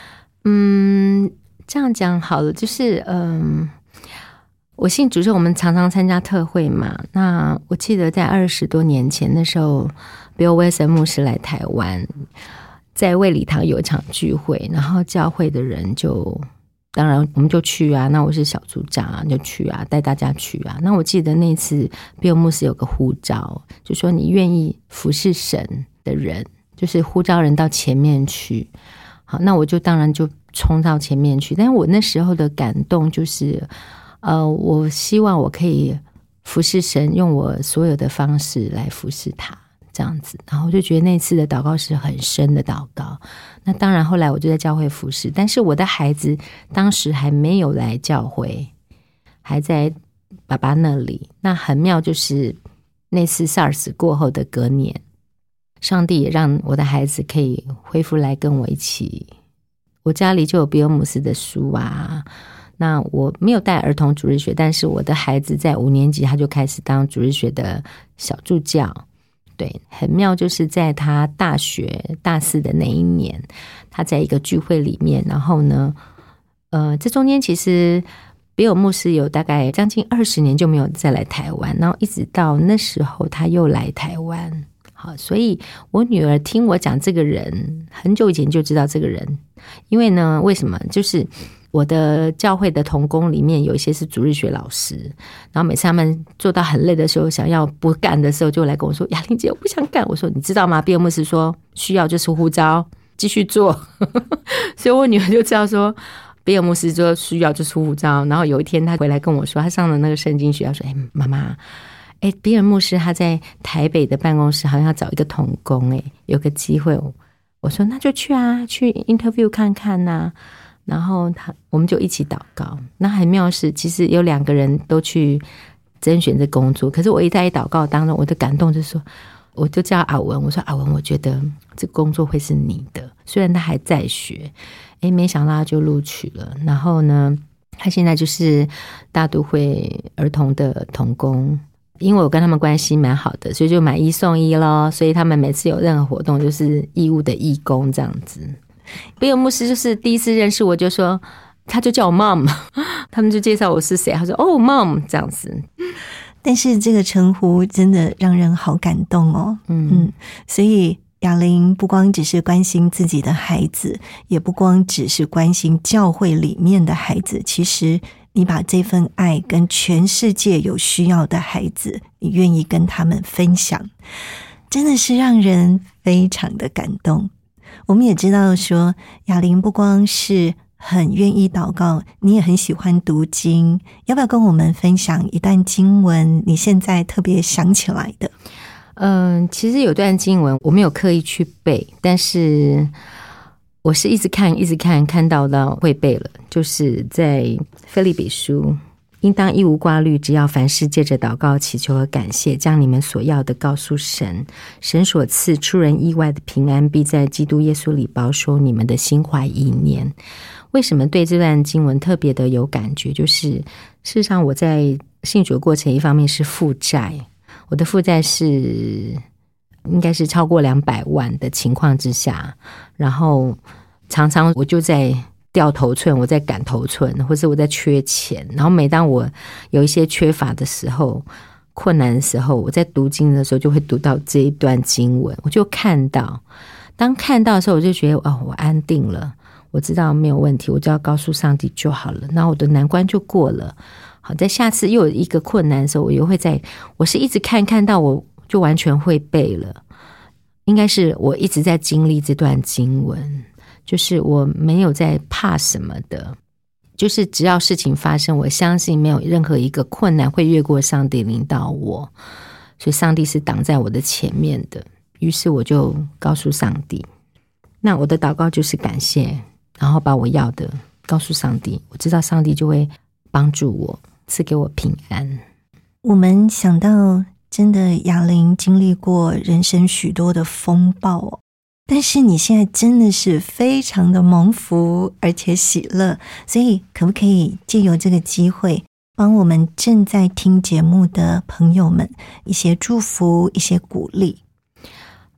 这样讲好了，就是我信主之后，我们常常参加特会嘛。那我记得在20多年前的时候，Bill Wilson 牧师来台湾，在卫礼堂有一场聚会，然后教会的人当然我们就去啊。那我是小组长啊，就去啊，带大家去啊。那我记得那次 Bill 牧师有个呼召，就说你愿意服侍神的人，就是呼召人到前面去。好，那我就当然就冲到前面去。但是我那时候的感动就是我希望我可以服侍神，用我所有的方式来服侍他，这样子。然后我就觉得那次的祷告是很深的祷告。那当然后来我就在教会服侍，但是我的孩子当时还没有来教会，还在爸爸那里。那很妙，就是那次 SARS 过后的隔年，上帝也让我的孩子可以恢复来跟我一起。我家里就有比尔姆斯的书啊。那我没有带儿童主日学，但是我的孩子在5年级他就开始当主日学的小助教。对，很妙，就是在他大学大4的那一年，他在一个聚会里面，然后呢这中间其实比尔牧师有大概将近20年就没有再来台湾，然后一直到那时候他又来台湾。好，所以我女儿听我讲这个人，很久以前就知道这个人。因为呢，为什么？就是我的教会的同工里面有一些是主日学老师，然后每次他们做到很累的时候，想要不干的时候，就来跟我说：“雅玲姐，我不想干。”我说：“你知道吗？比尔牧师说需要就是呼召，继续做。”所以我女儿就知道说，比尔牧师说需要就是呼召。然后有一天她回来跟我说，她上了那个圣经学校，说：“妈妈。”比尔牧师他在台北的办公室好像要找一个同工，有个机会。我说那就去啊，去 interview 看看啊。然后我们就一起祷告。那很妙的是，其实有2个人都去甄选这工作，可是我在祷告当中，我的感动就是说，我就叫阿文，我说阿文，我觉得这个工作会是你的，虽然他还在学。没想到他就录取了。然后呢，他现在就是大都会儿童的同工。因为我跟他们关系蛮好的，所以就买1送1咯。所以他们每次有任何活动就是义务的义工这样子。比尔牧师就是第一次认识我就说，他就叫我 mom， 他们就介绍我是谁，他说哦 mom 这样子。 但是这个称呼真的让人好感动哦。所以雅玲不光只是关心自己的孩子，也不光只是关心教会里面的孩子，其实你把这份爱跟全世界有需要的孩子，你愿意跟他们分享，真的是让人非常的感动。我们也知道说，雅玲不光是很愿意祷告，你也很喜欢读经，要不要跟我们分享一段经文你现在特别想起来的？ 其实有段经文我没有刻意去背，但是我是一直看到会背了。就是在腓立比书，应当一无挂虑，只要凡事借着祷告祈求和感谢，将你们所要的告诉神，神所赐出人意外的平安必在基督耶稣里保守你们的心怀意念。为什么对这段经文特别的有感觉？就是事实上我在信主的过程，一方面是负债，我的负债是应该是超过200万的情况之下，然后常常我就在掉头寸，我在赶头寸，或是我在缺钱。然后每当我有一些缺乏的时候，困难的时候，我在读经的时候就会读到这一段经文，我就当看到的时候，我就觉得我安定了，我知道没有问题，我就要告诉上帝就好了，然后我的难关就过了。好，在下次又有一个困难的时候，我是一直看到我就完全会背了。应该是我一直在经历这段经文，就是我没有在怕什么的，就是只要事情发生，我相信没有任何一个困难会越过上帝领导我，所以上帝是挡在我的前面的。于是我就告诉上帝，那我的祷告就是感谢，然后把我要的告诉上帝，我知道上帝就会帮助我，赐给我平安。 我们想到真的雅玲经历过人生许多的风暴但是你现在真的是非常的蒙福而且喜乐，所以可不可以借由这个机会帮我们正在听节目的朋友们一些祝福，一些鼓励？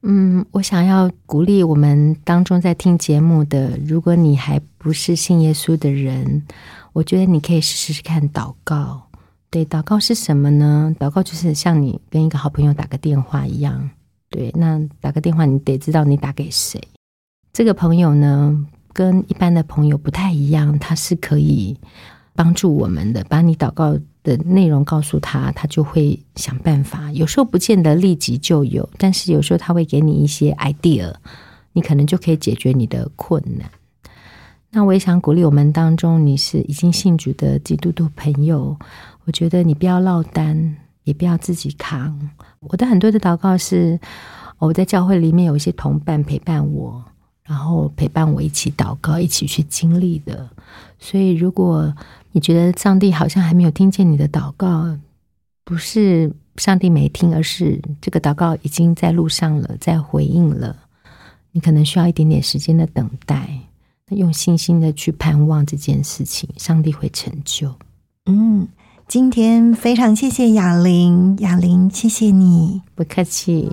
我想要鼓励我们当中在听节目的，如果你还不是信耶稣的人，我觉得你可以试试看祷告。对，祷告是什么呢？祷告就是像你跟一个好朋友打个电话一样。对，那打个电话你得知道你打给谁。这个朋友呢，跟一般的朋友不太一样，他是可以帮助我们的，把你祷告的内容告诉他，他就会想办法。有时候不见得立即就有，但是有时候他会给你一些 idea， 你可能就可以解决你的困难。那我也想鼓励我们当中你是已经信主的基督徒朋友，我觉得你不要落单，也不要自己扛。我的很多的祷告是我在教会里面有一些同伴陪伴我，然后陪伴我一起祷告，一起去经历的。所以如果你觉得上帝好像还没有听见你的祷告，不是上帝没听，而是这个祷告已经在路上了，在回应了，你可能需要一点点时间的等待，用信心的去盼望这件事情，上帝会成就。 今天非常谢谢雅玲，雅玲谢谢你。 不客气。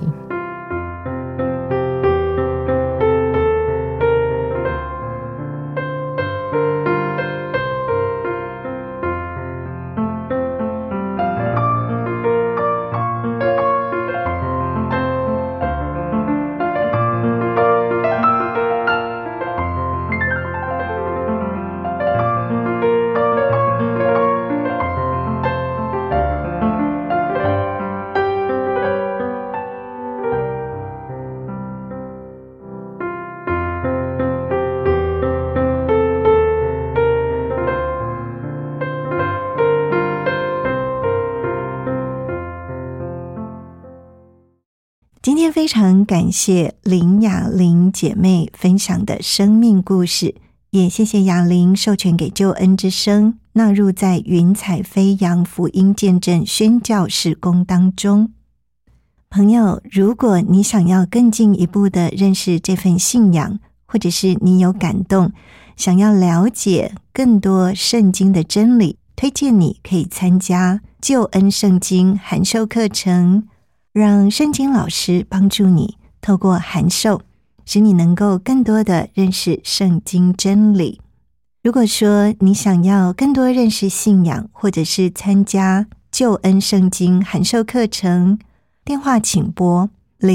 今天非常感谢林雅玲姐妹分享的生命故事，也谢谢雅玲授权给救恩之声纳入在云彩飞扬福音见证宣教事工当中。朋友，如果你想要更进一步的认识这份信仰，或者是你有感动，想要了解更多圣经的真理，推荐你可以参加救恩圣经函授课程，让圣经老师帮助你透过函授，使你能够更多的认识圣经真理。如果说你想要更多认识信仰，或者是参加救恩圣经函授课程，电话请拨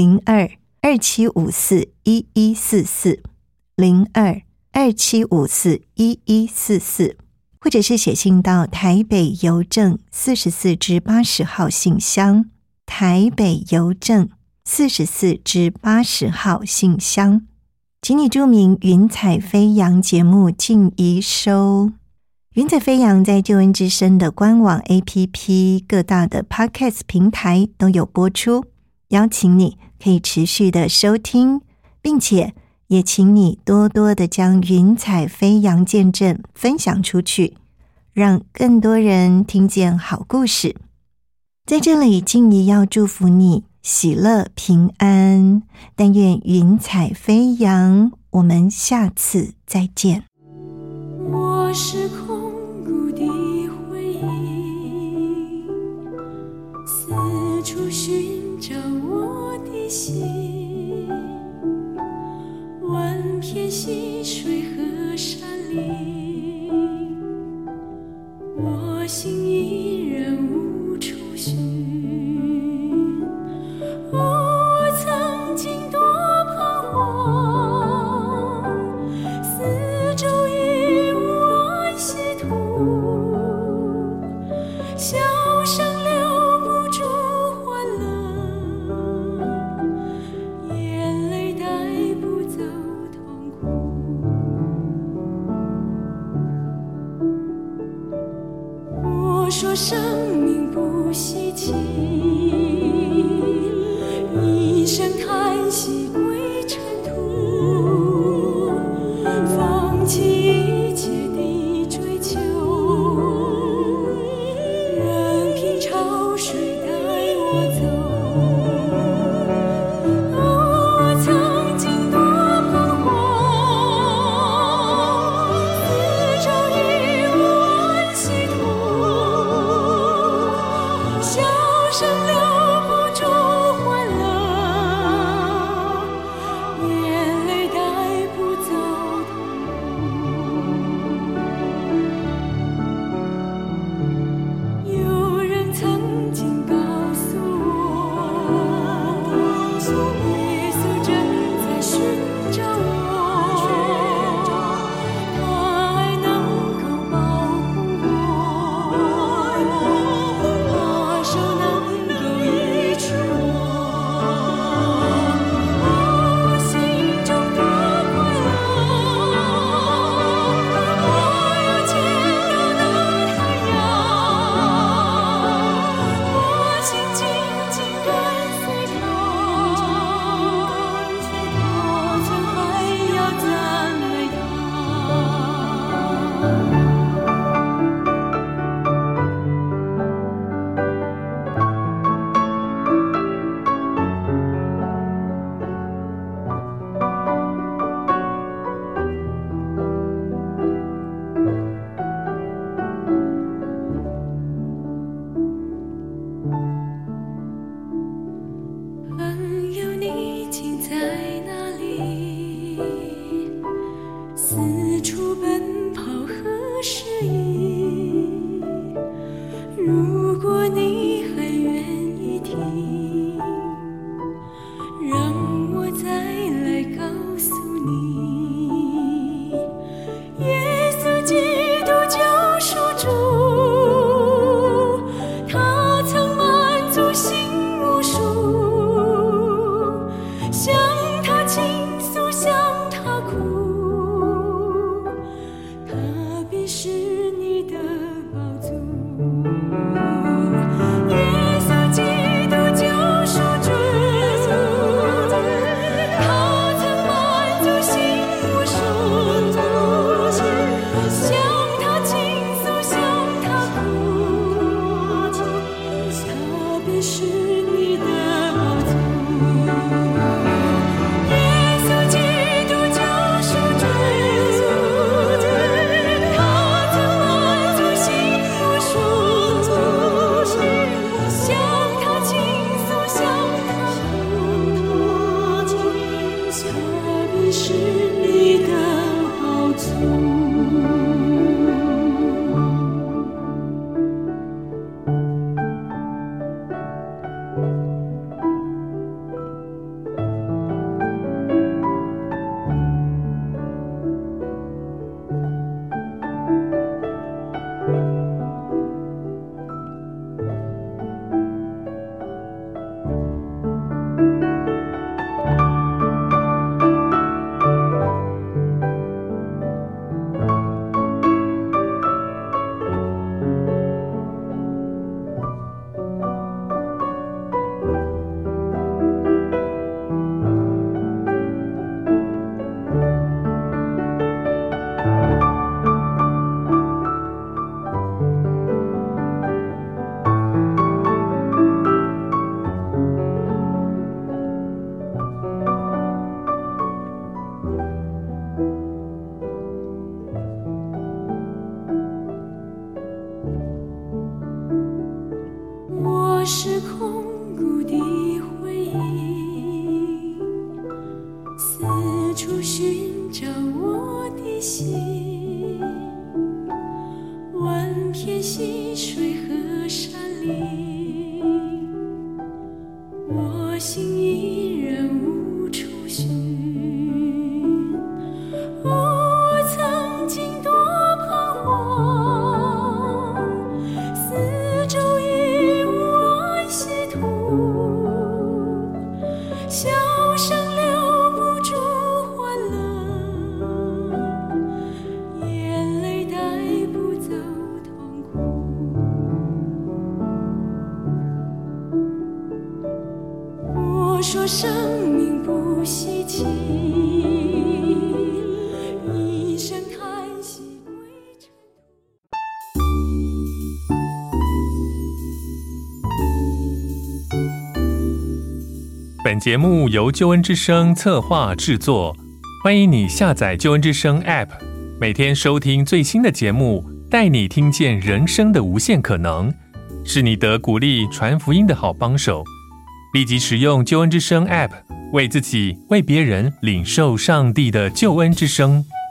02-2754-1144 02-2754-1144，或者是写信到台北邮政44支80号信箱，台北邮政44支80号信箱，请你注明云彩飞扬节目静怡收。云彩飞扬在救恩之声的官网 APP 各大的 Podcast 平台都有播出，邀请你可以持续的收听，并且也请你多多的将云彩飞扬见证分享出去，让更多人听见好故事。在这里静怡要祝福你喜乐平安，但愿云彩飞扬，我们下次再见。 我是空谷的回忆，四处寻找我的心，万片溪水和山林，我心依然无处寻。我曾经多彷徨，四周已无安息土，笑声留不住欢乐，眼泪带不走痛苦。我说生命不稀奇，一声叹息归尘土，放弃一切的追求，任凭潮水带我走。我曾经多彷徨，四周已无安息土，笑声留不住欢乐， 我是空谷的回忆，四处寻找我的心，万片溪水和山林，我心依然无处寻。我曾经多彷徨，四周已无爱稀土，笑声留不住欢乐，眼泪带不走痛苦。我说生命不稀奇，一声叹息归尘本节目由救恩之声策划制作，欢迎你下载救恩之声 App， 每天收听最新的节目，带你听见人生的无限可能，是你得鼓励传福音的好帮手。立即使用救恩之声 App， 为自己、为别人领受上帝的救恩之声。